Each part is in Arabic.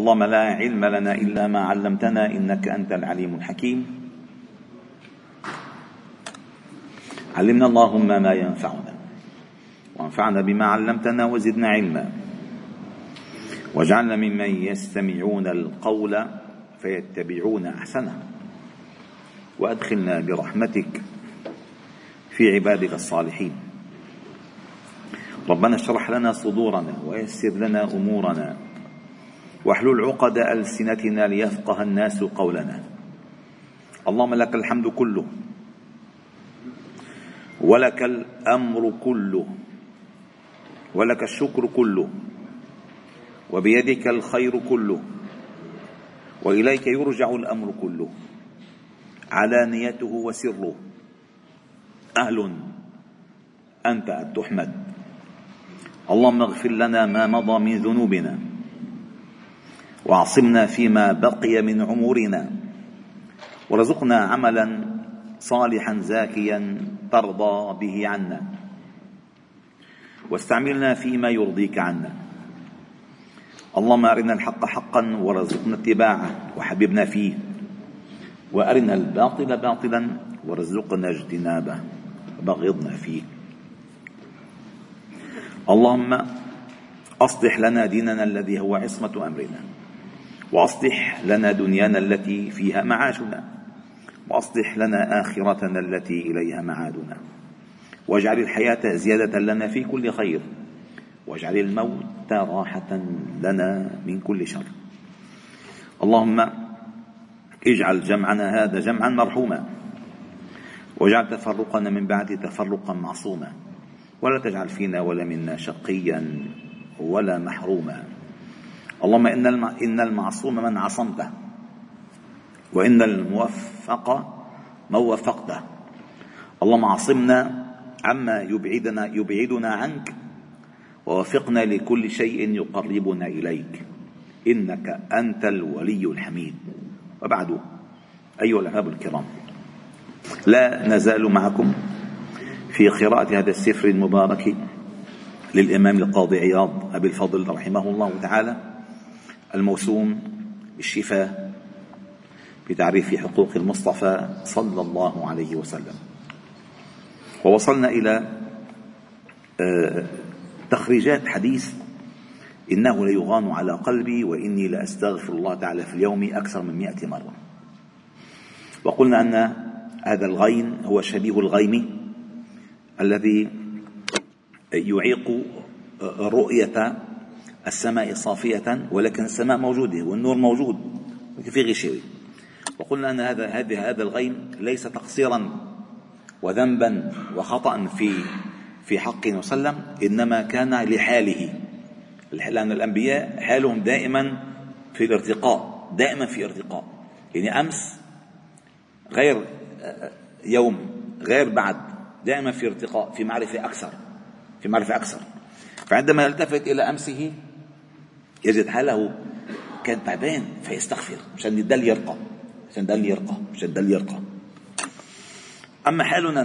اللهم لا علم لنا إلا ما علمتنا إنك أنت العليم الحكيم. علمنا اللهم ما ينفعنا وانفعنا بما علمتنا وزدنا علما، واجعلنا ممن يستمعون القول فيتبعون أحسنه، وأدخلنا برحمتك في عبادك الصالحين. ربنا اشرح لنا صدورنا ويسر لنا أمورنا واحلل عقد ألسنتنا ليفقه الناس قولنا. اللهم لك الحمد كله ولك الأمر كله ولك الشكر كله وبيدك الخير كله وإليك يرجع الأمر كله، علانيته وسره. أهل أنت أن تحمد. اللهم اغفر لنا ما مضى من ذنوبنا واعصمنا فيما بقي من عمرنا، ورزقنا عملا صالحا زاكيا ترضى به عنا، واستعملنا فيما يرضيك عنا. اللهم أرنا الحق حقا وارزقنا اتباعه وحببنا فيه، وأرنا الباطل باطلا وارزقنا اجتنابه وبغضنا فيه. اللهم أصلح لنا ديننا الذي هو عصمة أمرنا، وأصلح لنا دنيانا التي فيها معاشنا، وأصلح لنا آخرتنا التي إليها معادنا، واجعل الحياة زيادة لنا في كل خير، واجعل الموت راحة لنا من كل شر. اللهم اجعل جمعنا هذا جمعا مرحوما، واجعل تفرقنا من بعد تفرقا معصوما، ولا تجعل فينا ولا منا شقيا ولا محروما. اللهم إن المعصوم من عصمته، وإن الموفق من وفقته. اللهم عصمنا عما يبعدنا عنك، ووفقنا لكل شيء يقربنا إليك، إنك أنت الولي الحميد. وبعد، أيها الأحباب الكرام، لا نزال معكم في قراءة هذا السفر المبارك للإمام القاضي عياض أبي الفضل رحمه الله تعالى، الموسوم بالشفاء بتعريف حقوق المصطفى صلى الله عليه وسلم. ووصلنا إلى تخريجات حديث إنه ليغان على قلبي وإني لأستغفر الله تعالى في اليوم أكثر من 100 مرة. وقلنا أن هذا الغين هو شبيه الغيم الذي يعيق رؤية السماء صافية، ولكن السماء موجودة والنور موجود في غشاوة. وقلنا أن هذا الغيم ليس تقصيرا وذنبا وخطأ في حقه وسلم، إنما كان لحاله، لأن الأنبياء حالهم دائما في الارتقاء، دائما في ارتقاء. يعني أمس غير يوم غير بعد، دائما في ارتقاء، في معرفة أكثر. فعندما يلتفت إلى أمسه يجد حاله كان تعبان فيستغفر مشان يدل يرقى. أما حالنا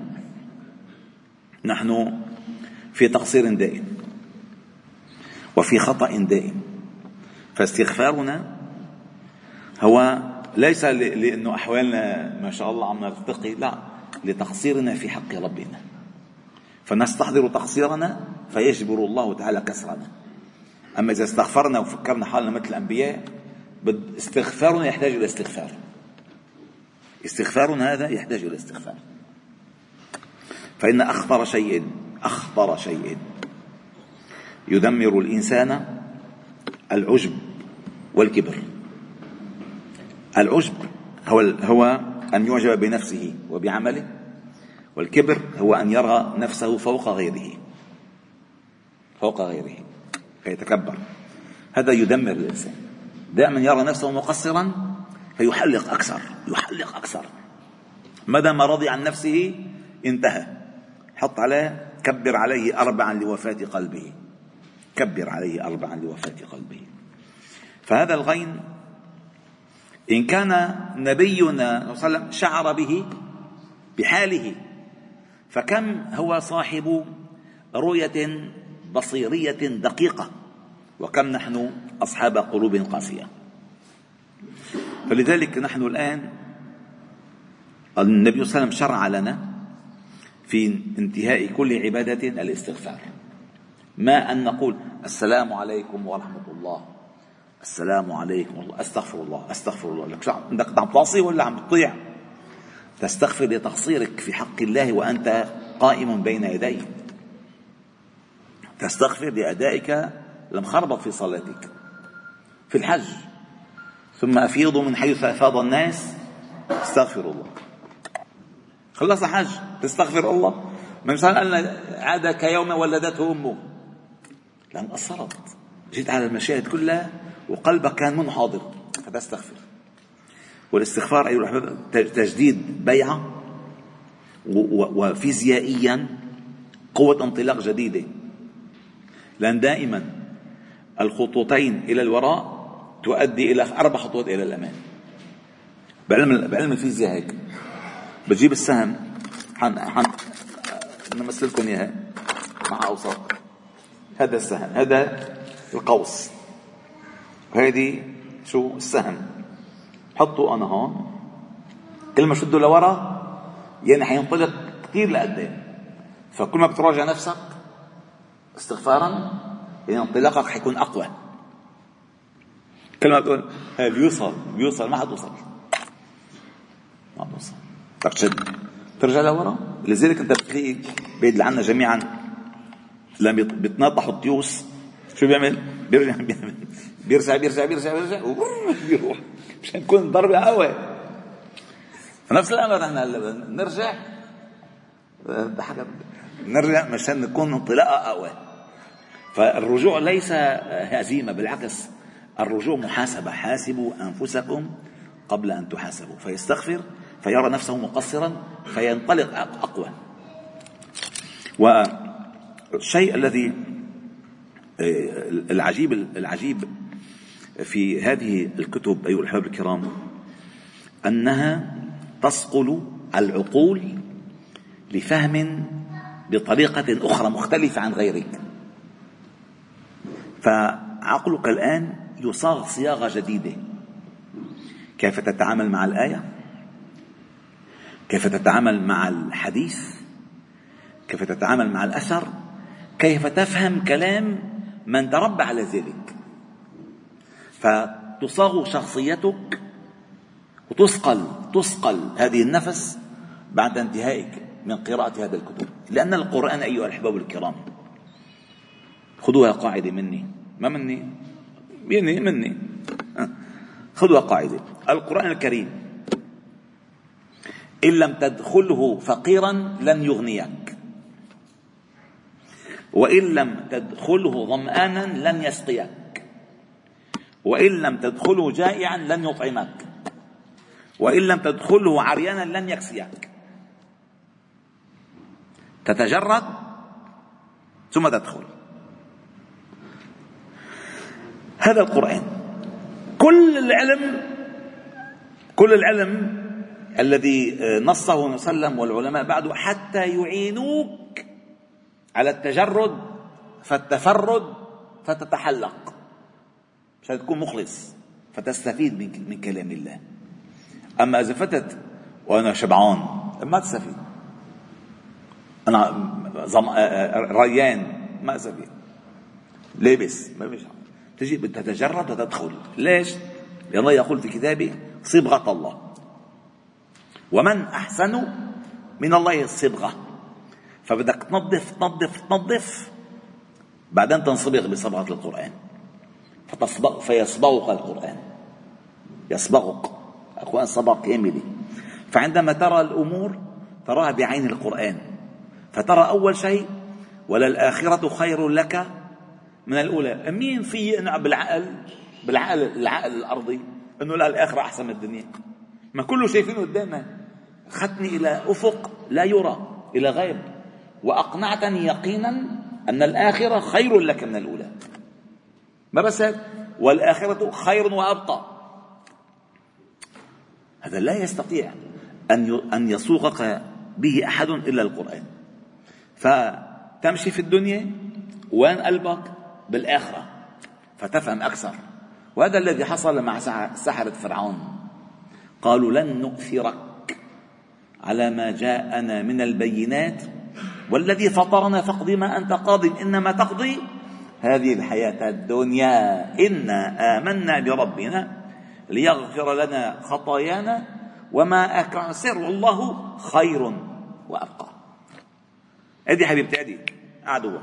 نحن في تقصير دائم وفي خطأ دائم. فاستغفارنا هو ليس لأنه أحوالنا ما شاء الله عم نرتقي، لا، لتقصيرنا في حق ربنا. فنستحضر تقصيرنا فيجبر الله تعالى كسرنا. أما إذا استغفرنا وفكرنا حالنا مثل الأنبياء، استغفارنا يحتاج إلى استغفار. استغفارنا هذا يحتاج إلى استغفار. فإن أخطر شيء يدمر الإنسان العجب والكبر. العجب هو أن يعجب بنفسه وبعمله، والكبر هو أن يرى نفسه فوق غيره فيتكبر. هذا يدمر الإنسان. دائما يرى نفسه مقصرا فيحلق أكثر. مدى ما رضي عن نفسه انتهى. حط عليه كبر عليه 4 لوفاة قلبه. فهذا الغين إن كان نبينا صلى الله عليه وسلم شعر به بحاله، فكم هو صاحب رؤية بصيرية دقيقة، وكم نحن أصحاب قلوب قاسية. فلذلك نحن الآن النبي صلى الله عليه وسلم شرع لنا في انتهاء كل عبادة الاستغفار، ما أن نقول السلام عليكم ورحمة الله، السلام عليكم والله، أستغفر الله أستغفر الله. لك عندك عم تعصي ولا عم تطيع؟ تستغفر لتقصيرك في حق الله وأنت قائم بين يديه، تستغفر لأدائك المخربط في صلاتك في الحج، ثم أفيضوا من حيث أفاض الناس استغفر الله. خلص حج تستغفر الله. من شان قالنا عاد كيوم ولدته أمه، لأن قصرت جيت على المشاهد كلها وقلبك كان منه حاضر فتستغفر. والاستغفار أيها الأحباب تجديد بيعة، وفيزيائيا قوة انطلاق جديدة، لأن دائما الخطوتين إلى الوراء تؤدي إلى 4 خطوات إلى الأمام. بعلم الفيزياء هيك بجيب السهم نمثل لكم إياها مع أوساط، هذا السهم، هذا القوس، وهذه شو السهم، حطوا أنا هون، كل ما شده لورا يعني حينطلق كثير لقدام. فكل ما بتراجع نفسك استغفارا يعني انطلاقك حيكون أقوى. كل ما تقول بيوصل ما حتوصل، ما بتوصل، بدك تشد ترجع لورا. لذلك انت بتلاقي بيد اللي عنا جميعا لما بيتناطحوا التيوس شو بيعمل؟ بيرجع بيروح مشان تكون ضربة قوي. فنفس الأمر احنا نرجع مشان نكون انطلاقة قوي. فالرجوع ليس هزيمة، بالعكس الرجوع محاسبة. حاسبوا أنفسكم قبل أن تحاسبوا. فيستغفر فيرى نفسه مقصرا فينطلق أقوى. والشيء الذي العجيب في هذه الكتب أيها الأحباب الكرام أنها تصقل العقول لفهم بطريقة أخرى مختلفة عن غيرك. فعقلك الآن يصاغ صياغة جديدة، كيف تتعامل مع الآية، كيف تتعامل مع الحديث، كيف تتعامل مع الأثر، كيف تفهم كلام من تربى على ذلك. فتصاغ شخصيتك وتثقل هذه النفس بعد انتهائك من قراءة هذه الكتب. لأن القرآن أيها الأحباب الكرام، خذوها قاعدة مني، ما مني يعني مني، خذوها قاعدة. القرآن الكريم إن لم تدخله فقيرا لن يغنيك، وإن لم تدخله ظمآنا لن يسقيك، وإن لم تدخله جائعا لن يطعمك، وإن لم تدخله عريانا لن يكسيك. تتجرد ثم تدخل. هذا القرآن كل العلم الذي نصه النبي صلى الله عليه وسلم والعلماء بعده حتى يعينوك على التجرد فالتفرد فتتحلق، عشان تكون مخلص فتستفيد من كلام الله. أما إذا فتت وأنا شبعان ما تستفيد، أنا ريان ما أستفيد، لابس ما بيش تجي تتجرد وتدخل. ليش؟ لأن الله يقول في كتابه صبغة الله، ومن أحسن من الله صبغة. فبدك تنظف بعدين تنصبغ بصبغة القرآن فيصبغك القرآن، يصبغك القرآن صبغ كامل. فعندما ترى الأمور تراها بعين القرآن، فترى أول شيء وللآخرة خير لك من الأولى. مين في يقنع بالعقل الأرضي أنه لا الآخرة أحسن من الدنيا؟ ما كله شايفينه قدامه. خدني إلى أفق لا يرى، إلى غيب، وأقنعتني يقينا أن الآخرة خير لك من الأولى. ما بس والآخرة خير وأبقى. هذا لا يستطيع أن يسوقك به أحد إلا القرآن. فتمشي في الدنيا وين قلبك؟ بالآخرة. فتفهم أكثر. وهذا الذي حصل مع سحرة فرعون. قالوا لن نؤثرك على ما جاءنا من البينات والذي فطرنا فاقض ما أنت قاض إنما تقضي هذه الحياة الدنيا إنا آمنا بربنا ليغفر لنا خطايانا وما أكره سر الله خير وأبقى. أدي حبيبتي أدي عدوة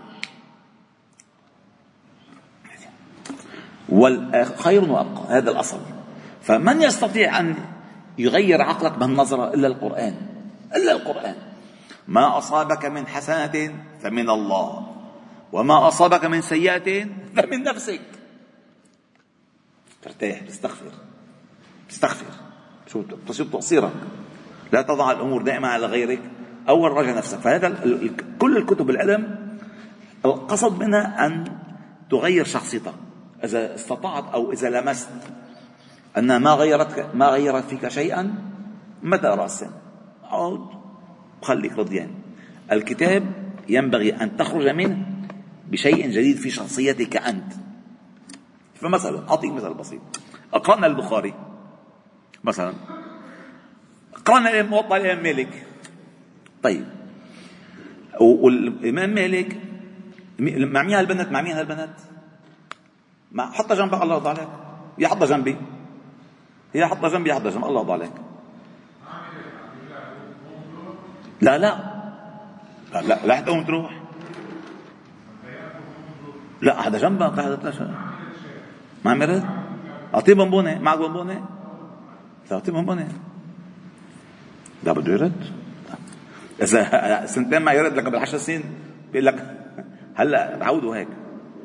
والخير وأبقى، هذا الأصل. فمن يستطيع أن يغير عقلك بهالنظرة إلا القرآن، إلا القرآن. ما أصابك من حسنة فمن الله وما أصابك من سيئة فمن نفسك. ترتاح، تستغفر شو تقصيرك، لا تضع الأمور دائما على غيرك، أول رجع نفسك. فهذا كل الكتب العلم القصد منها أن تغير شخصيتك إذا استطعت، أو إذا لمست أن ما غيرت فيك شيئا متى رأسا عود خليك رضيان. الكتاب ينبغي أن تخرج منه بشيء جديد في شخصيتك أنت. فمثلا أعطيك مثال بسيط، أقرأنا البخاري مثلا، قرأنا موطأ الإمام مالك. طيب والإمام مالك مع مين هالبنت؟ مع مين هالبنت؟ حطها جنبك الله يرضى عليك، يا حطها جنبي، هي حطها جنبي، يا حطها جنبي الله يرضى عليك. لا لا لا لا, لا حتى قوم تروح، لا هذا جنبك، هذا ما عم يرد. أعطيه بونبونة، معك بونبونة؟ لا أعطيه بونبونة، لا بده يرد. إذا سنتين ما يرد لك قبل 10 سنين بيقول لك هلا بعودوا هيك.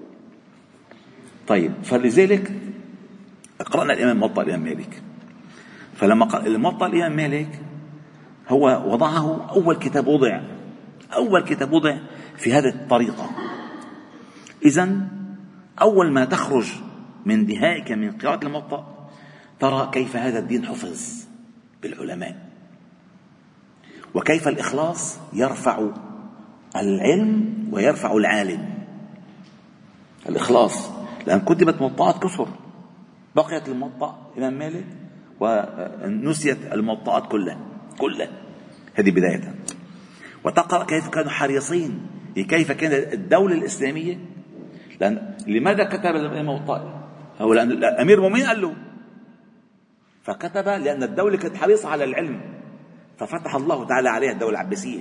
طيب فلذلك قرأنا الإمام موطأ الإمام مالك. فلما قرأ الموطأ الإمام مالك هو وضعه أول كتاب وضع في هذه الطريقة. إذن أول ما تخرج من دهائك من قراءة الموطأ ترى كيف هذا الدين حفظ بالعلماء، وكيف الإخلاص يرفع العلم ويرفع العالم. الإخلاص، لأن كتبت موطئات كثر، بقيت الموطأ إمام مالك ونسيت الموطئات كلها. هذه بداية. وتقرأ كيف كانوا حريصين، كيف كانت الدولة الإسلامية. لأن لماذا كتب الموطأ؟ هو لأن أمير المؤمنين قال له، فكتب لأن الدولة كانت حريصة على العلم، ففتح الله تعالى عليها الدولة العباسية.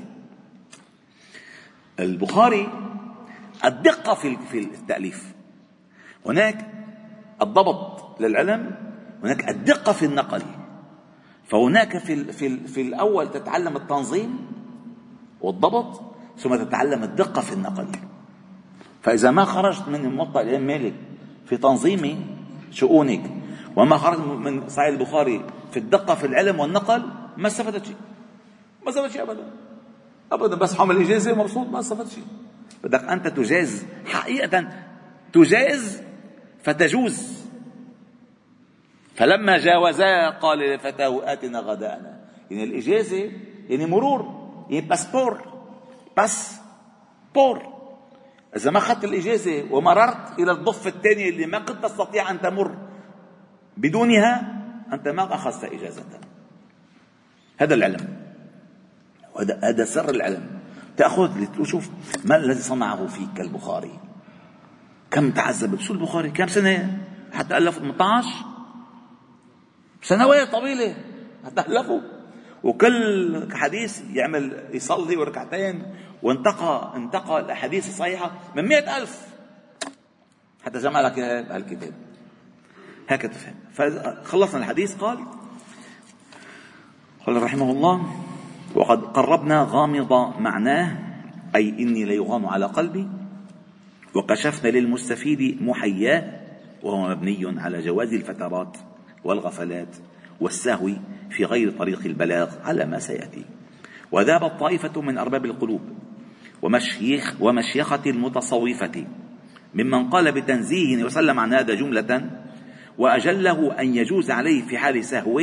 البخاري الدقة في التأليف، هناك الضبط للعلم، هناك الدقة في النقل. فهناك في الأول تتعلم التنظيم والضبط، ثم تتعلم الدقة في النقل. فإذا ما خرجت من موطأ الإمام مالك في تنظيم شؤونك، وما خرجت من صحيح البخاري في الدقة في العلم والنقل، ما استفدت شيء أبدا. بس حمل إجازة مبسوط، ما استفدت شيء. بدك أنت تجاز حقيقة، تجاز فتجوز. فلما جاوزا قال لفتاه آتنا غداءنا. يعني الإجازة يعني مرور، يعني باسبور. إذا ما أخذت الإجازة ومررت إلى الضفة الثانية اللي ما كنت تستطيع أن تمر بدونها، أنت ما أخذت إجازة. هذا العلم، هذا سر العلم. تأخذ لتشوف ما الذي صنعه فيك البخاري. كم تعذب شو البخاري، كم سنة حتى ألف؟ 18 سنوات طويلة حتى ألفوا. وكل حديث يصلي وركعتين، وانتقى الأحاديث الصحيحة من 100,000 حتى جمع لك هالكتاب. هكذا تفهم. فخلصنا الحديث. قال رحمه الله: وقد قربنا غامض معناه، أي إني ليغام على قلبي، وكشفنا للمستفيد محياه، وهو مبني على جواز الفترات والغفلات والسهو في غير طريق البلاغ على ما سيأتي. وذهبت طائفة من أرباب القلوب ومشيخة المتصوفة ممن قال بتنزيه وسلم عن هذا جملة، وأجله أن يجوز عليه في حال سهو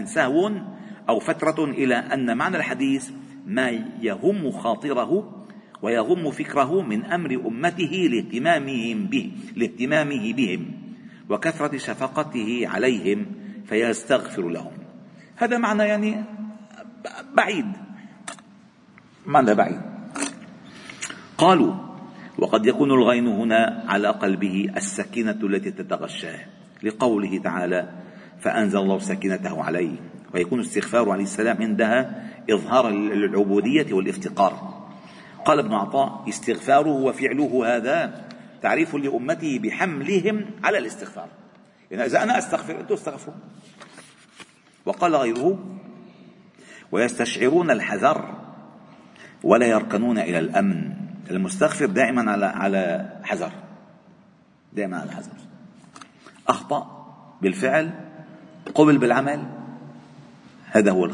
أو فترة، إلى أن معنى الحديث ما يهم خاطره ويغم فكره من أمر أمته لاهتمامه بهم وكثرة شفقته عليهم فيستغفر لهم. هذا معنى يعني بعيد، معنى بعيد. قالوا: وقد يكون الغين هنا على قلبه السكينة التي تتغشاه، لقوله تعالى: فأنزل الله سكينته عليه، ويكون استغفار عليه السلام عندها إظهارا للعبودية والافتقار. قال ابن عطاء: استغفاره وفعله هذا تعريف لأمته بحملهم على الاستغفار، يعني إذا أنا أستغفر أنتم استغفروا. وقال غيره: ويستشعرون الحذر ولا يركنون إلى الأمن. المستغفر دائما على حذر، دائما على حذر. أخطأ بالفعل، قبل بالعمل، هذا هو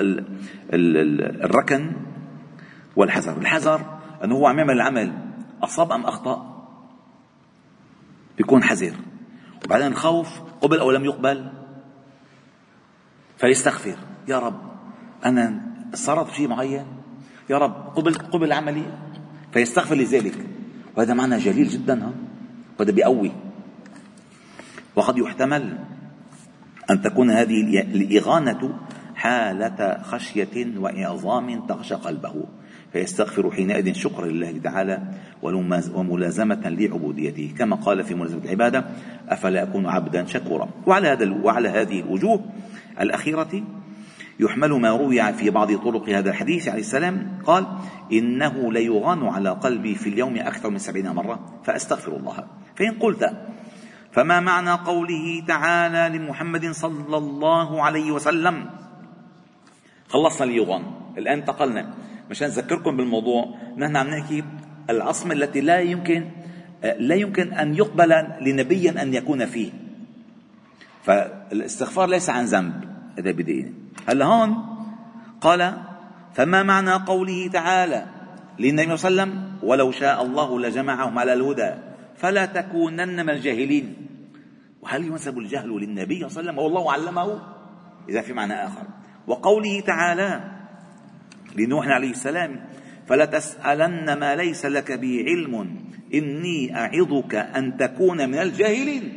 الركن والحذر. الحذر أنه هو عم يعمل العمل، أصاب أم أخطأ، يكون حذر. وبعدين الخوف، قبل أو لم يقبل، فيستغفر: يا رب أنا صرت شيء معين، يا رب قبل عملي، فيستغفر لذلك. وهذا معنى جليل جدا، وهذا بيقوي. وقد يحتمل أن تكون هذه الإغانة حالة خشية وإعظام تغشى قلبه، فيستغفر حينئذ شكرا لله تعالى وملازمة لعبوديته، كما قال في ملازمة العبادة: أفلا أكون عبدا شكورا. وعلى هذه الوجوه الأخيرة يحمل ما روي في بعض طرق هذا الحديث عليه السلام، قال: إنه ليغان على قلبي في اليوم أكثر من 70 مرة فأستغفر الله. فإن قلت: فما معنى قوله تعالى لمحمد صلى الله عليه وسلم؟ خلصنا ليغان، الآن انتقلنا مشان نذكركم بالموضوع. نحن عم نحكي العصمة التي لا يمكن أن يقبل لنبي أن يكون فيه. فالاستغفار ليس عن ذنب، هذا بديهي. هلا هون قال: فما معنى قوله تعالى للنبي صلى الله عليه وسلم: ولو شاء الله لجمعهم على الهدى فلا تكونن من الجاهلين. وهل ينسب الجهل للنبي صلى الله عليه وسلم والله علمه؟ إذا في معنى آخر. وقوله تعالى لنوح عليه السلام: فلا تسألن ما ليس لك به علم إني أعظك أن تكون من الجاهلين.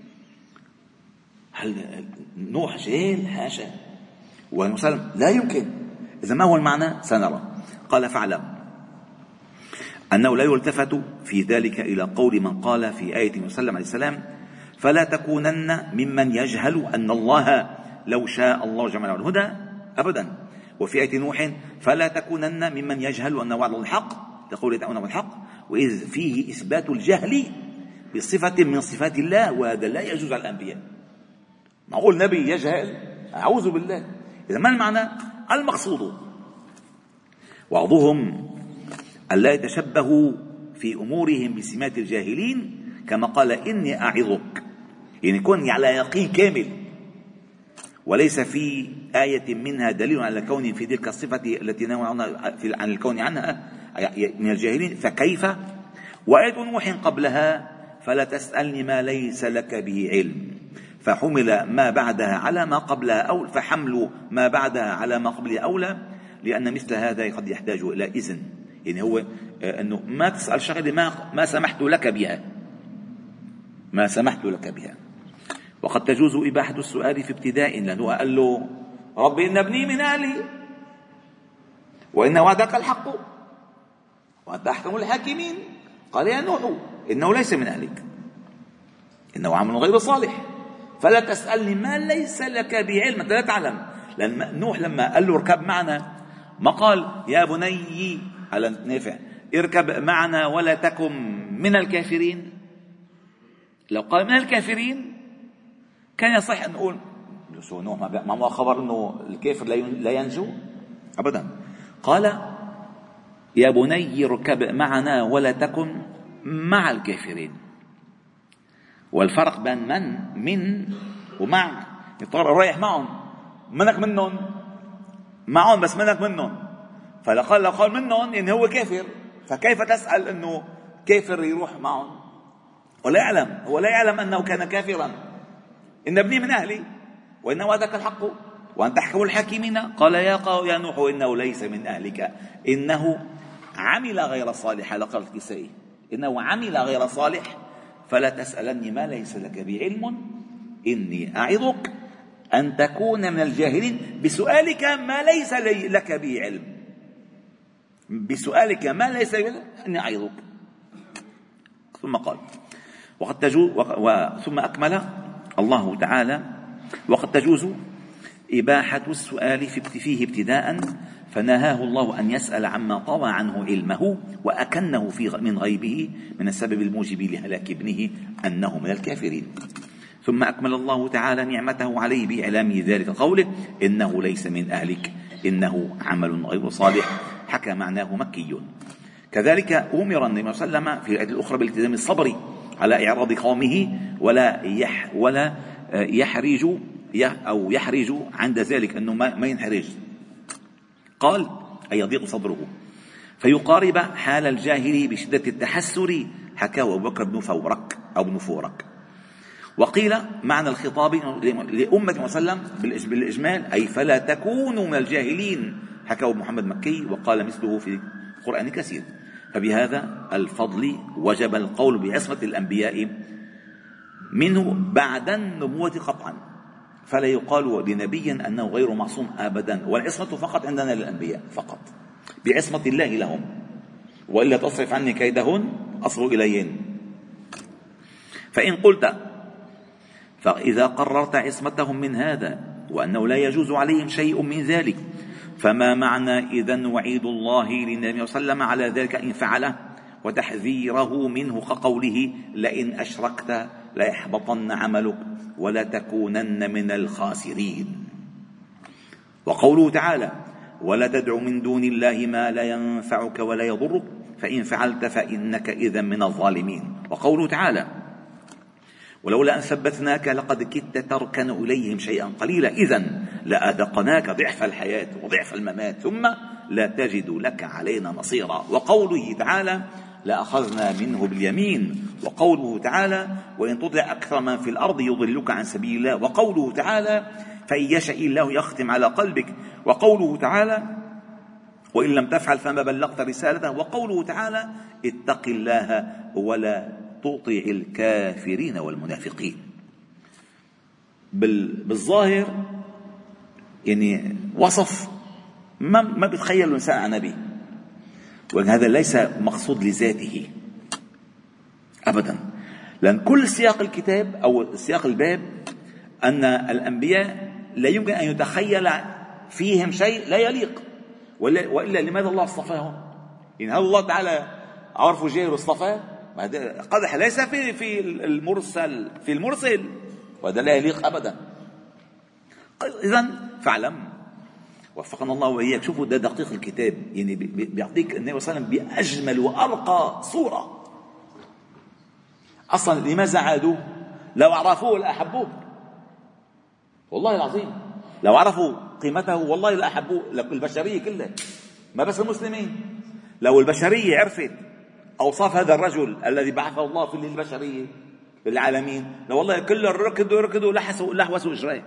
هل نوح جاهل؟ حاشا، وسلم لا يمكن. إذا ما هو المعنى سنرى. قال: فاعلم أنه لا يلتفت في ذلك إلى قول من قال في آية وسلم عليه السلام: فلا تكونن ممن يجهل أن الله لو شاء الله جمع له الهدى، أبدا. وفي آية نوح: فلا تكونن ممن يجهل أن وعد الله الحق، تقول تعالى الحق، وإذ فيه إثبات الجهل بصفة من صفات الله، وهذا لا يجوز على الأنبياء. معقول نبي يجهل؟ أعوذ بالله. إذا ما المعنى المقصود؟ وعظهم ألا يتشبهوا في أمورهم بسمات الجاهلين، كما قال: إني أعظك، يعني يكون على يقين كامل، وليس في آية منها دليل على كون في تلك الصفة التي نهوا عن الكون عنها من الجاهلين، فكيف؟ وآية نوح قبلها: فلا تسألني ما ليس لك به علم، فحمل ما بعدها على ما قبلها، أو فحمل ما بعدها على ما قبلها أولى، لأن مثل هذا قد يحتاج إلى إذن. يعني هو أنه ما تسأل شغلة ما سمحت لك بها، ما سمحت لك بها. وقد تجوز إباحة السؤال في ابتداء، لأنه قال له: ربي إن ابني من أهلي وإن وعدك الحق وأنت أحكم الحاكمين. قال: يا نوح إنه ليس من أهلك إنه عمل غير صالح فلا تسألني ما ليس لك بعلم، أنت لا تعلم. لأن نوح لما قال له اركب معنا ما قال: يا بني على نافع اركب معنا ولا تكن من الكافرين. لو قال من الكافرين كان يصح أن نقول نوح ما هو خبر أنه الكافر لا ينجو أبدا. قال: يا بني اركب معنا ولا تكن مع الكافرين. والفرق بين من ومع، رايح معهم، منك منهم، معهم بس منك منهم. لو قال منهم يعني هو كافر، فكيف تسأل أنه كافر يروح معهم؟ هو لا يعلم أنه كان كافرا. إن ابني من أهلي وإن وعدك الحق وأن تحكم الحاكمين. قال: يا نوح إنه ليس من أهلك إنه عمل غير صالح، على قول الكسائي إنه عمل غير صالح فلا تسألني ما ليس لك بعلم إني أعظك أن تكون من الجاهلين بسؤالك ما ليس لك به علم. بسؤالك ما ليس لك إني أعظك. ثم قال ثم أكمل الله تعالى: وقد تجوز إباحة السؤال فيه ابتداء، فنهاه الله أن يسأل عما طوى عنه علمه وأكنه من غيبه من السبب الموجب لهلاك ابنه أنه من الكافرين. ثم أكمل الله تعالى نعمته عليه بإعلام ذلك قوله: إنه ليس من أهلك إنه عمل غير صالح، حكى معناه مكي. كذلك أمر النبي صلى الله عليه وسلم في الآية الأخرى بالالتزام الصبر على إعراض قومه ولا يحرج عند ذلك، أنه ما ينحرج. قال: أي يضيق صدره فيقارب حال الجاهل بشدة التحسر، حكاه أبو بكر بن فورك أو بن فورك. وقيل معنى الخطاب لأمة وسلم بالإجمال، أي فلا تكونوا من الجاهلين، حكاه محمد مكي، وقال مثله في القرآن كثير. فبهذا الفضل وجب القول بعصمة الأنبياء منه بعد النبوة قطعا، فلا يقال لنبي أنه غير معصوم أبدا، والعصمة فقط عندنا للأنبياء فقط بعصمة الله لهم، وإلا تصرف عني كيدهن أصر إليهن. فإن قلت فإذا قررت عصمتهم من هذا وأنه لا يجوز عليهم شيء من ذلك، فما معنى إذن وعيد الله للنبي صلى الله عليه وسلم على ذلك إن فعله، وتحذيره منه كقوله: لئن أشركت ليحبطن عملك ولا تكونن من الخاسرين. وقوله تعالى: ولا تدع من دون الله ما لا ينفعك ولا يضرك فإن فعلت فإنك إذا من الظالمين. وقوله تعالى: ولولا أن ثبتناك لقد كدت تركن إليهم شيئا قليلا إذن لأذقناك ضعف الحياة وضعف الممات ثم لا تجد لك علينا نصيرا. وقوله تعالى: لأخذنا منه باليمين. وقوله تعالى: وإن تطع أكثر من في الأرض يضلك عن سبيل الله. وقوله تعالى: فإن يشاء الله يختم على قلبك. وقوله تعالى: وإن لم تفعل فما بلغت رسالته. وقوله تعالى: اتق الله ولا تطع الكافرين والمنافقين. بالظاهر يعني وصف ما بيتخيل الإنسان عن نبي، وأن هذا ليس مقصود لذاته أبدا، لأن كل سياق الكتاب أو سياق الباب أن الأنبياء لا يمكن أن يتخيل فيهم شيء لا يليق، وإلا لماذا الله اصطفاهم؟ إن هذا الله تعالى عرفوا جاهل واصطفاه، قدح ليس في المرسل، وهذا لا يليق أبدا. إذن فاعلم وفقنا الله وإياك. شوفوا ده دقيق الكتاب، يعني بيعطيك النبي صلى الله عليه وسلم بأجمل وأرقى صورة. أصلا لماذا عادوه؟ لو عرفوه لأحبوه، والله العظيم لو عرفوا قيمته والله لأحبوه. البشرية كلها، ما بس المسلمين، لو البشرية عرفت أوصاف هذا الرجل الذي بعثه الله في البشرية للعالمين، لو والله كل ركضوا لحوسوا إجراه،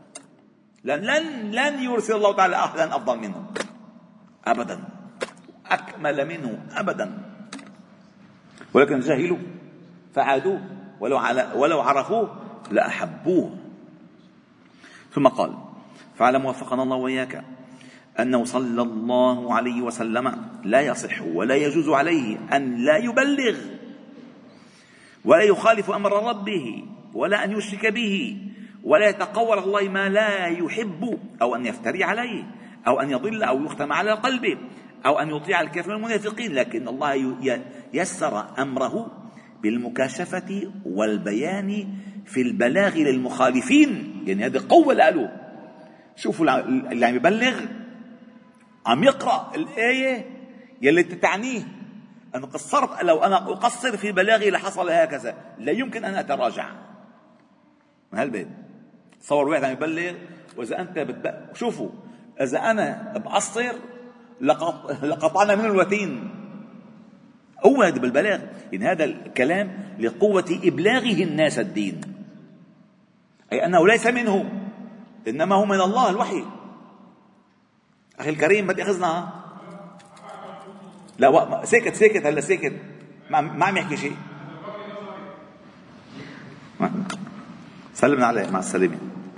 لن يرسل الله تعالى أحدا أفضل منه أبدا، أكمل منه أبدا، ولكن جهلوا فعادوه، ولو عرفوه لأحبوه. ثم قال: فاعلم وفقنا الله وإياك أنه صلى الله عليه وسلم لا يصح ولا يجوز عليه أن لا يبلغ ولا يخالف أمر ربه ولا أن يشرك به ولا يتقول الله ما لا يحب، أو أن يفتري عليه، أو أن يضل أو يختم على قلبه، أو أن يطيع الكافرين والمنافقين. لكن الله يسر أمره بالمكاشفة والبيان في البلاغ للمخالفين، يعني هذه قوة له. شوفوا اللي عم يبلغ عم يقرأ الآية يلي تتعنيه، أنا قصرت، لو أنا أقصر في بلاغي لحصل هكذا، لا يمكن أن أتراجع من هالبيت. تصور واحد عم يبلغ، وإذا أنت شوفوا إذا أنا بقصر لقطعنا منه الوتين. هو هذا بالبلاغ، إن هذا الكلام لقوة إبلاغه الناس الدين، أي أنه ليس منه إنما هو من الله الوحي. أخي الكريم ما تأخذنا لا ساكت ساكت هلا ساكت، ما عم يحكي شيء. سلمنا عليه مع السلامة.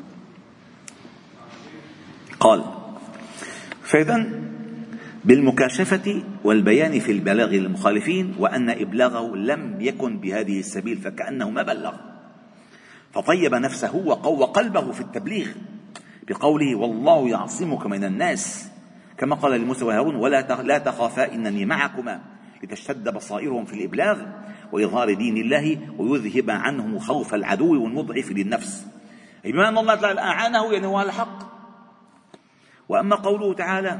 قال: فإذا بالمكاشفة والبيان في البلاغ للمخالفين، وأن إبلاغه لم يكن بهذه السبيل فكأنه ما بلغ، فطيب نفسه وقلبه في التبليغ بقوله: والله يعصمك من الناس، كما قال لموسى وهارون: لا تخافا إنني معكما، لتشتد بصائرهم في الإبلاغ وإظهار دين الله ويذهب عنهم خوف العدو والمضعف للنفس. بما أن الله تعالى أعانه يعني هو على الحق. وأما قوله تعالى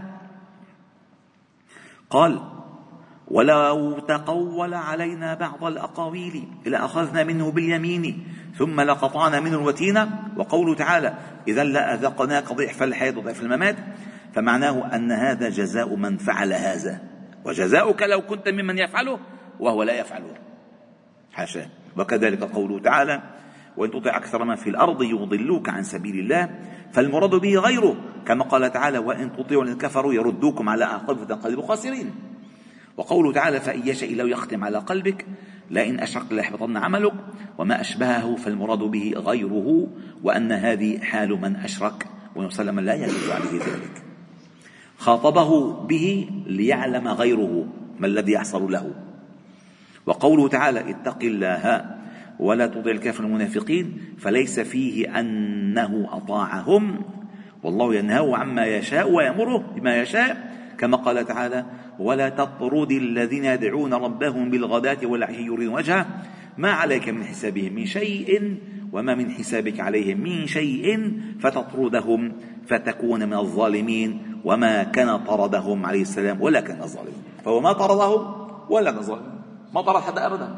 قال: ولو تقول علينا بعض الأقاويل لأخذنا منه باليمين ثم لقطعنا منه الوتين. وقوله تعالى: إذا لأذقناك ضعف الحياة وضعف الممات، فمعناه أن هذا جزاء من فعل هذا، وجزاؤك لو كنت ممن يفعله وهو لا يفعله، حاشا. وكذلك قوله تعالى: وإن تطع أكثر من في الأرض يضلوك عن سبيل الله، فالمراد به غيره، كما قال تعالى: وإن تطيعوا الذين كفروا يردوكم على أعقابكم فتنقلبوا خاسرين. وقوله تعالى: فإن يشاء الله يختم على قلبك لئن أشركت ليحبطن عملك، وما أشبهه فالمراد به غيره، وأن هذه حال من أشرك، وسلم لا يجوز عليه ذلك. خاطبه به ليعلم غيره ما الذي يحصل له. وقوله تعالى: اتق الله ولا تطع الكافرين المنافقين، فليس فيه أنه أطاعهم، والله ينهاه عما يشاء ويأمره بما يشاء، كما قال تعالى: ولا تطرد الذين يدعون ربهم بالغداة والعشي يريدون وجهه، ما عليك من حسابهم من شيء وما من حسابك عليهم من شيء فتطردهم فتكون من الظالمين، وما كان طردهم عليه السلام ولا كان الظالمين، فهو ما طردهم ولا كان الظالمين، ما طرد حدا أبدا.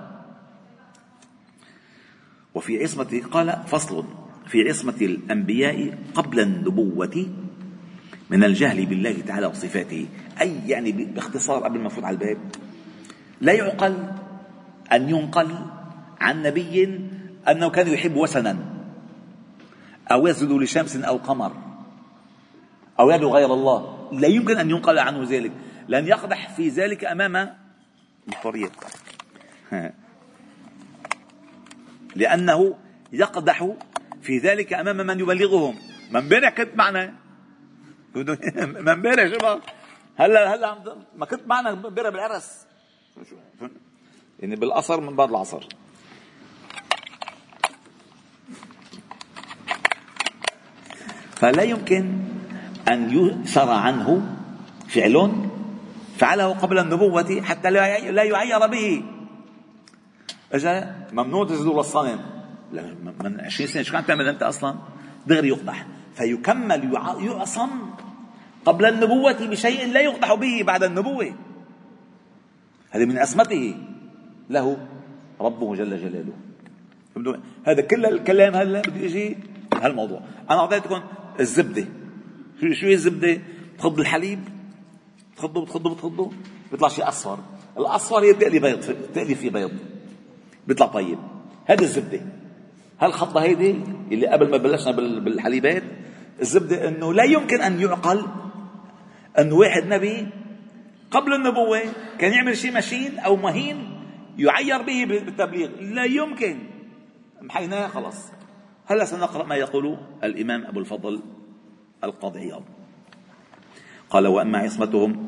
وفي عصمة قال: فصل في عصمة الأنبياء قبل النبوة من الجهل بالله تعالى وصفاته. أي يعني باختصار قبل ما نفوت على الباب، لا يعقل أن ينقل عن نبي أنه كان يحب وثنا أو يسجد لشمس أو قمر أو يدعو غير الله، لا يمكن أن ينقل عنه ذلك، لأن يقدح في ذلك أمام الحرية، لأنه يقدح في ذلك أمام من يبلغهم. من امبارح كنت معنا، من امبارح شباب، هلا ما كنت معنا امبارح بالعرس، يعني بالقصر من بعد العصر. فلا يمكن أن يسر عنه فعل فعله قبل النبوة حتى لا يعير به. إذا ممنوع تسجدوا للصنم من 20 سنة، شو كانت تعمل أنت أصلا؟ دغري يقدح، فيكمل يعصم قبل النبوة بشيء لا يقدح به بعد النبوة. هذا من أسمته له ربه جل جلاله. هذا كل الكلام هلا بده يجي هالموضوع. أنا أعطيتكم الزبدة. شو هي الزبدة؟ تخض الحليب، تخضه بيطلع شيء أصفر. الأصفر هي تقلي فيه بيض بيطلع طيب. هذه الزبدة. هالخطة هيدي اللي قبل ما بلشنا بالحليبات، الزبدة إنه لا يمكن أن يعقل أنه واحد نبي قبل النبوة كان يعمل شيء مشين أو مهين يعير به بالتبليغ، لا يمكن. محيناه خلاص. هلا سنقرأ ما يقول الإمام أبو الفضل القاضي عياض. قال: وأما عصمتهم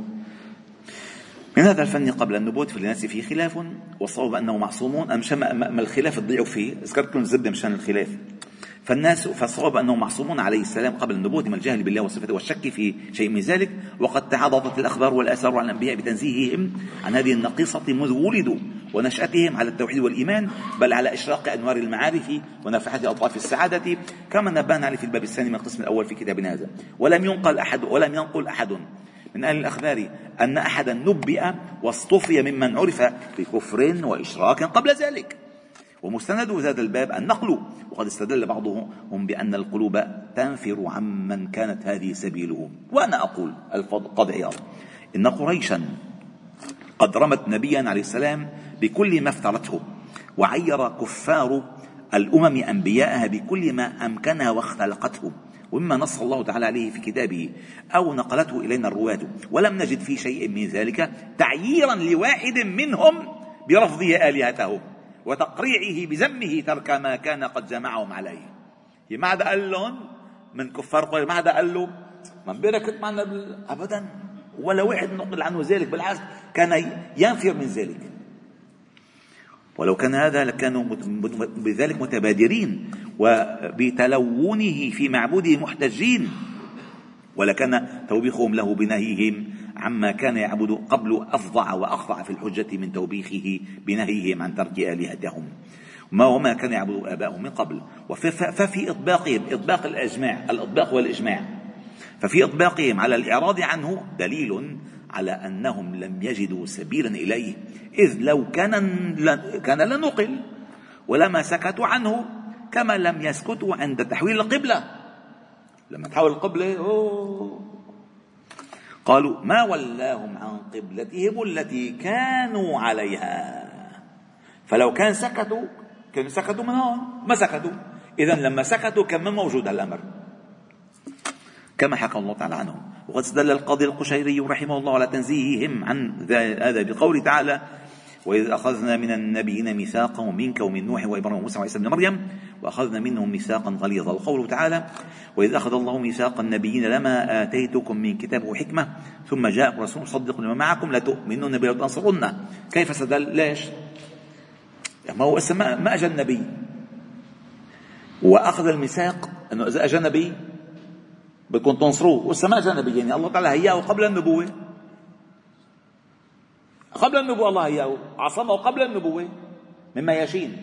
من هذا الفن قبل النبوة فالناس فيه خلاف، والصواب أنه معصومون. أما الخلاف تضيعوا فيه، ذكرتكم الزبدة مشان الخلاف. فالصواب أنه معصومون عليه السلام قبل النبوة من الجهل بالله وصفاته والشك في شيء من ذلك، وقد تعاضدت الأخبار والآثار عن الأنبياء بتنزيههم عن هذه النقيصة منذ ولدوا، ونشأتهم على التوحيد والإيمان، بل على إشراق أنوار المعارف ونفحات أطراف السعادة، كما نبهنا عليه في الباب الثاني من القسم الأول في كتابنا هذا. ولم ينقل أحد من أهل الأخبار أن أحدا نبئ واصطفي ممن عرف بكفر وإشراك قبل ذلك. ومستند هذا الباب النقل، وقد استدل بعضهم بأن القلوب تنفر عمن كانت هذه سبيله. وأنا أقول القاضي عياض: إن قريشا قد رمت نبيا عليه السلام بكل ما افترته، وعير كفار الأمم أنبياءها بكل ما أمكنها واختلقته، ومما نص الله تعالى عليه في كتابه أو نقلته إلينا الرواة، ولم نجد في شيء من ذلك تعييرا لواحد منهم برفضه آلهته وتقريعه بذمه ترك ما كان قد جمعهم عليه. ما عدا قال لهم من كفار قريش، ما عدا قال له من بينك معنا أبدا، ولا واحد نقل عنه ذلك، بالعكس كان ينفر من ذلك. ولو كان هذا لكانوا بذلك متبادرين وبتلونه في معبوده محتجين، ولكان توبيخهم له بنهيهم عما كان يعبد قبل أفظع وأخضع في الحجة من توبيخه بنهيهم عن ترك آلهتهم وما كان يعبد آباؤهم من قبل. ففي إطباقهم إطباق الإطباق والإجماع، ففي إطباقهم على الإعراض عنه دليل على أنهم لم يجدوا سبيلا إليه، إذ لو كان لنقل، ولما سكتوا عنه كما لم يسكتوا عند تحويل القبلة. لما تحول القبلة قالوا ما ولاهم عن قبلتهم التي كانوا عليها، فلو كانوا سكتوا من هون، ما سكتوا، إذن لما سكتوا كان ما موجود الأمر كما حكى الله تعالى عنهم. وقد استدل القاضي القشيري رحمه الله على تنزيههم عن هذا بقوله تعالى وإذ أخذنا من النبيين ميثاقا منك ومن نوح وإبراهيم وموسى وعيسى بن مريم وأخذنا منهم ميثاقا غليظا. وقوله تعالى وإذ أخذ الله ميثاق النبيين لما آتيتكم من كتاب وحكمة ثم جاءكم رسول مصدق لما معكم لتؤمنون به وتنصرونه. كيف استدل؟ ليش؟ ما هو ما أجى النبي وأخذ الميثاق أنه إذا أجى النبي بدكم تنصروه، والسماء أجى النبي، يعني الله تعالى هياه قبل النبوة، الله هياه عصمه قبل النبوة مما يشين،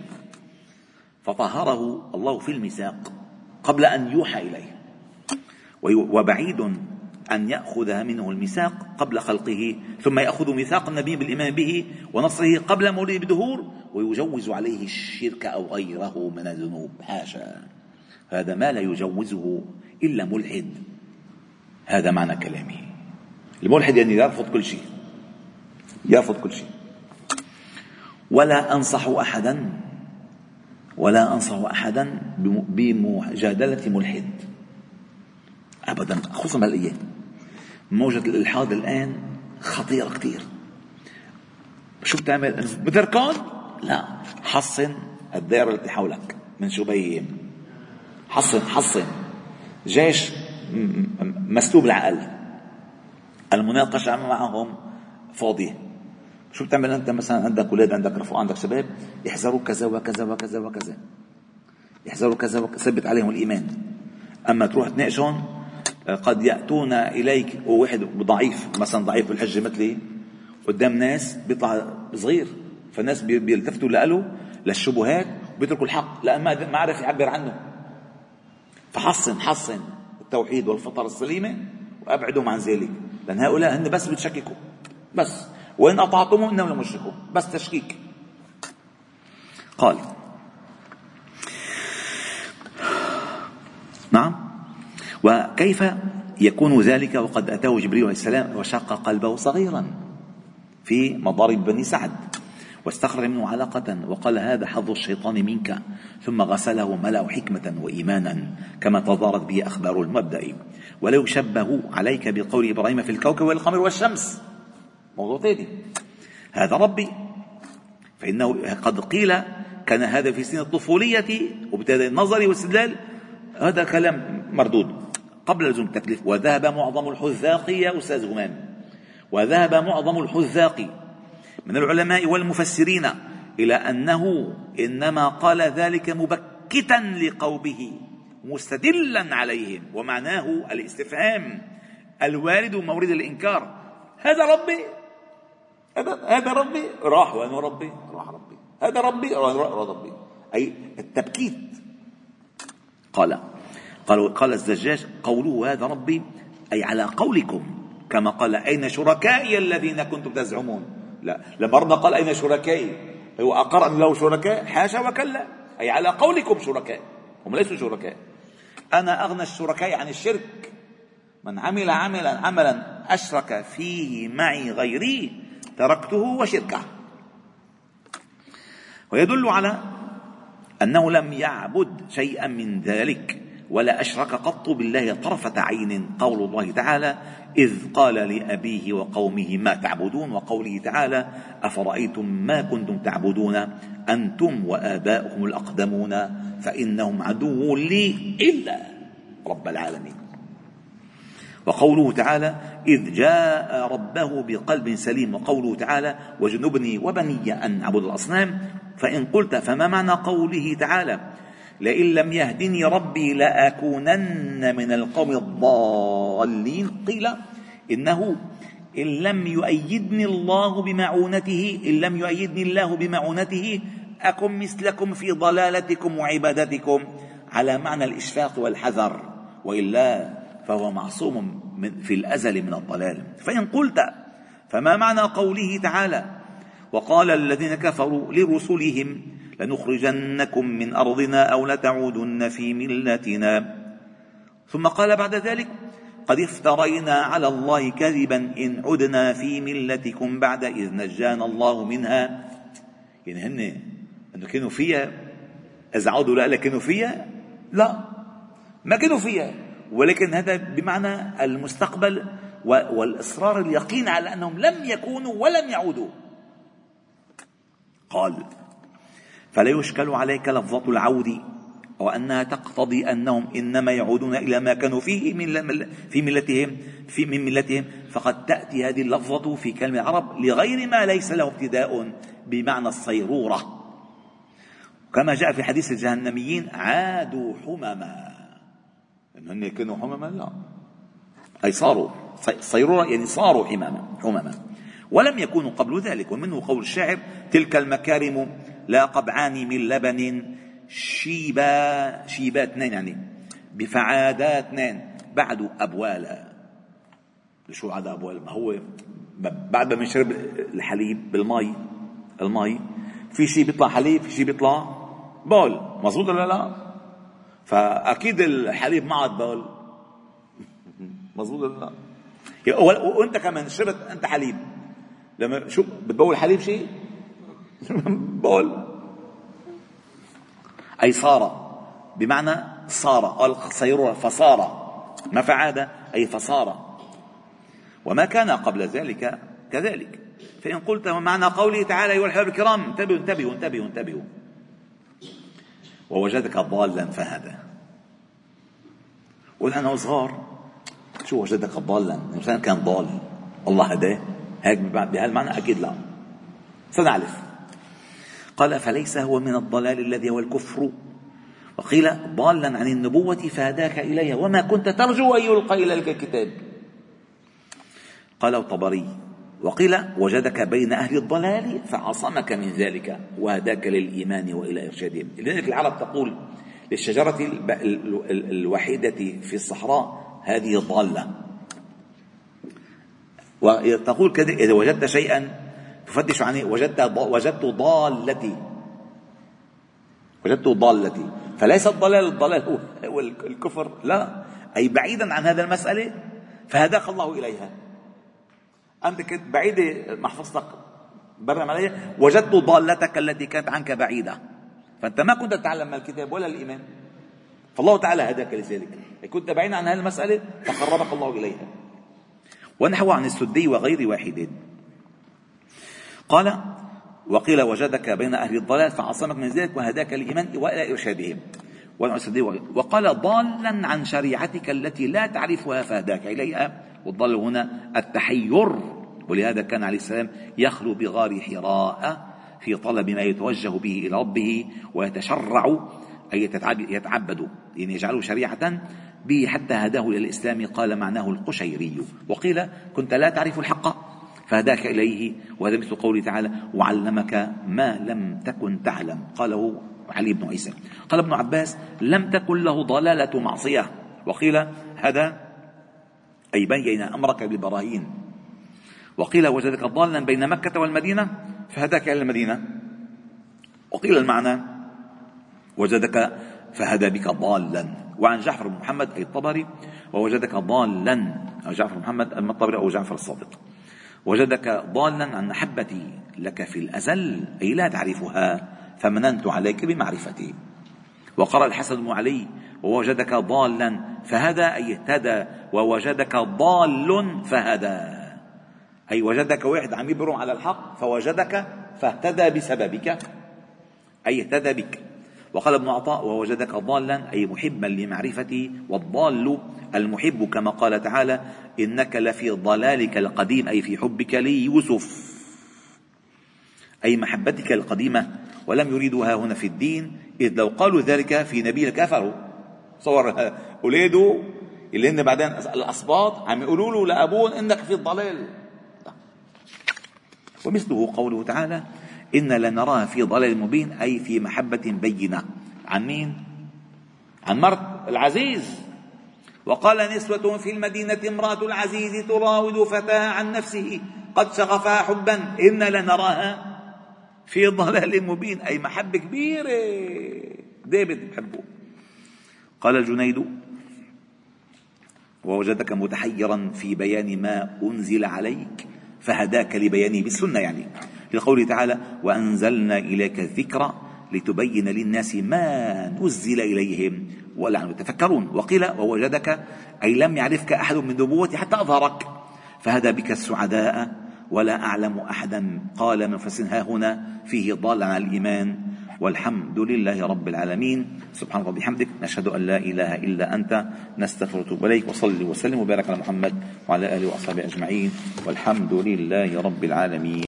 فطهره الله في الميثاق قبل أن يوحى إليه. وبعيد أن يأخذ منه الميثاق قبل خلقه ثم يأخذ ميثاق النبي بالإيمان به ونصره قبل مولده بدهور ويجوز عليه الشرك أو غيره من الذنوب. حاشا، هذا ما لا يجوزه إلا ملحد. هذا معنى كلامه. الملحد يعني يرفض كل شيء، ولا أنصح أحدا بمجادلة ملحد أبدا، خصوصا بهالأيام موجة الإلحاد الآن خطيرة كتير. شو بتعمل؟ بتركان؟ لا، حصن الدائرة التي حولك من شبيهم، حصن جيش مسلوب العقل، المناقشة معهم فاضية. شو بتعمل أنت؟ مثلا عندك أولاد، عندك رفقة، عندك شباب، يحذروا كذا وكذا وكذا وكذا، يحذروا كذا ثبت عليهم الإيمان. أما تروح تناقشهم قد يأتون إليك وواحد ضعيف، مثلا ضعيف بالحجة مثلي، قدام ناس بيطلع صغير، فالناس بيلتفتوا له للشبهات وبيتركوا الحق لأن ما عرف يعبر عنه. فحصن التوحيد والفطر السليمة وأبعدهم عن ذلك، لأن هؤلاء هن بس بتشككوا بس، وإن أطعتموا إنهم لمشركوا، بس تشكيك. قال نعم. وكيف يكون ذلك وقد أتاه جبريل عليه السلام وشق قلبه صغيرا في مضارب بني سعد واستخرج منه علقة وقال هذا حظ الشيطان منك، ثم غسله ملأ حكمة وإيمانا كما تضارت به أخبار المبدأ. ولو يشبه عليك بقول إبراهيم في الكوكب والقمر والشمس، موضوع ثاني، هذا ربي، فإنه قد قيل كان هذا في سن الطفولية، وبالتالي النظر والاستدلال هذا كلام مردود قبل لزوم التكليف. وذهب معظم الحذاق يا أستاذ همام، وذهب معظم الحذاق من العلماء والمفسرين إلى أنه إنما قال ذلك مبكتا لقومه مستدلا عليهم، ومعناه الاستفهام الوارد مورد الإنكار. هذا ربي، هذا ربي، راح وأنا ربي، راح ربي، هذا ربي، راح ربي، أي التبكيت. قال الزجاج قوله هذا ربي أي على قولكم، كما قال أين شركائي الذين كنتم تزعمون. لا، لما ربنا قال أين شركائي هو أقر أن له شركاء؟ حاشا وكلا، أي على قولكم شركاء، هم ليسوا شركاء. أنا أغنى الشركاء عن الشرك، من عمل عملا أشرك فيه معي غيري تركته وشركه. ويدل على أنه لم يعبد شيئا من ذلك، ولا أشرك قط بالله طرفة عين. قول الله تعالى: إذ قال لأبيه وقومه ما تعبدون، وقوله تعالى: أفرأيتم ما كنتم تعبدون أنتم وآباؤكم الأقدمون فإنهم عدو لي إلا رب العالمين. وقوله تعالى: إذ جاء ربه بقلب سليم. وقوله تعالى: وجنبني وبني أن نعبد الأصنام. فإن قلت فما معنى قوله تعالى: لئن لم يهدني ربي لأكونن من القوم الضالين؟ قيل إنه إن لم يؤيدني الله بمعونته أكن مثلكم في ضلالتكم وعبادتكم، على معنى الإشفاق والحذر، وإلا فهو معصوم في الأزل من الضلال. فإن قلت فما معنى قوله تعالى: وقال الذين كفروا لرسلهم لنخرجنكم من أرضنا أو لتعودن في ملتنا، ثم قال بعد ذلك: قد افترينا على الله كذبا إن عدنا في ملتكم بعد إذ نجانا الله منها. يعني أنه كانوا فيها، إذا عودوا لا كانوا فيها؟ لا، ما كانوا فيها، ولكن هذا بمعنى المستقبل والإصرار اليقين على أنهم لم يكونوا ولم يعودوا. قال: فلا يشكل عليك لفظة العود وأنها تقتضي أنهم إنما يعودون إلى ما كانوا فيه من ملتهم، فقد تأتي هذه اللفظة في كلام العرب لغير ما ليس له ابتداء بمعنى الصيرورة، كما جاء في حديث الجهنميين: عادوا حمما. إنهم كانوا حمما؟ لا، أي صاروا صيرورة، يعني صاروا حمما، ولم يكونوا قبل ذلك. ومنه قول الشاعر: تلك المكارم لا قبعان من لبن شيبا اثنين، يعني بفعادات اثنين بعد أبوالا. شو بعد أبوالا؟ ما هو بعد ما يشرب الحليب المي في شيء بيطلع حليب، في شيء بيطلع بول، مظبوط ولا لا؟ فأكيد الحليب ما عاد بول، مظبوط ولا لا؟ وانت كمان شربت انت حليب، لما شو بتبول حليب شيء بول. أي صار بمعنى صار، قال صيرورة فصار، ما فعاد أي فصار، وما كان قبل ذلك كذلك. فإن قلت معنى قوله تعالى: أيها الأحباب الكرام انتبهوا ووجدك ضالا فهدى. ونحن صغار شو وجدك ضالا؟ الإنسان كان ضال الله هداه، هيك بهالمعنى؟ أكيد لا، سنعرف. قال: فليس هو من الضلال الذي هو الكفر، وقيل ضالا عن النبوة فهداك إليها وما كنت ترجو أن يلقى إليك الكتاب. قال الطبري: وقيل وجدك بين أهل الضلال فعصمك من ذلك وهداك للإيمان وإلى إرشادهم. لذلك العرب تقول للشجرة الوحيدة في الصحراء: هذه ضالة. وتقول كذا إذا وجدت شيئا تفتش عنه: وجدت ضالتي. فليس الضلال هو الكفر، لا، أي بعيدا عن هذا المسألة فهداك الله إليها. أنت كنت بعيدة محفظتك برم عليها، وجدت ضالتك التي كانت عنك بعيدة، فأنت ما كنت تتعلم من الكتاب ولا الإيمان، فالله تعالى هداك لذلك. كنت بعيدا عن هذه المسألة فقربك الله إليها. ونحو عن السدي وغير واحد. قال: وقيل وجدك بين أهل الضلال فعصمك من ذلك وهداك الإيمان وإلى إرشادهم. وقال: ضالا عن شريعتك التي لا تعرفها فهداك إليها. والضلال هنا التحير، ولهذا كان عليه السلام يخلو بغار حراء في طلب ما يتوجه به إلى ربه ويتشرع، أي يتعبد، يعني يجعله شريعة به حتى هداه إلى الإسلام. قال معناه القشيري. وقيل: كنت لا تعرف الحق فهداك إليه، وهذا مثل قوله تعالى: وعلمك ما لم تكن تعلم. قاله علي بن عيسى. قال ابن عباس: لم تكن له ضلالة معصية. وقيل: هذا أي بين أمرك بالبراهين. وقيل: وجدك ضالا بين مكة والمدينة فهداك إلى المدينة. وقيل المعنى: وجدك فهدى بك ضالا. وعن جعفر بن محمد أي الطبري: ووجدك ضالا، جعفر بن محمد الطبري أو جعفر الصادق: وجدك ضالا عن محبتي لك في الأزل، أي لا تعرفها، فمننت عليك بمعرفتي. وقرأ الحسن بن علي: ووجدك ضالا فهدى أي اهتدى، ووجدك ضال فهدى أي وجدك واحد عم يبرم على الحق فوجدك فاهتدى بسببك أي اهتدى بك. وقال ابن عطاء ووجدك ضالا أي محبا لمعرفتي، والضال المحب كما قال تعالى إنك لفي ضلالك القديم أي في حبك ليوسف أي محبتك القديمة، ولم يريدها هنا في الدين، إذ لو قالوا ذلك في نبي كفروا. صور أولاده اللي هن بعدين الأسباط عم يقولوا له لأبوهم إنك في الضلال. ومثله قوله تعالى إن لنراها في ضلال مبين أي في محبة بينة. عن مين؟ عن مرت العزيز. وقال نسوة في المدينة امرأة العزيز تراود فتاها عن نفسه قد شغفها حبا إن لنراها في ضلال مبين أي محبة كبيرة ديفيد بحبه. قال الجنيد ووجدك متحيرا في بيان ما أنزل عليك فهداك لبيانه بالسنة، يعني لقوله تعالى وأنزلنا إليك الذكر لتبين للناس ما نزل إليهم ولعلهم يتفكرون. وقيل ووجدك أي لم يعرفك أحد من نبوته حتى أظهرك فهدى بك السعداء ولا أعلم أحدا. قال من فسنها هنا فيه ضال على الإيمان. والحمد لله رب العالمين. سبحانك وبحمدك نشهد أن لا إله إلا أنت نستغفرك ونتوب إليك. وصلي وسلم وبارك على محمد وعلى آله وأصحابه أجمعين والحمد لله رب العالمين.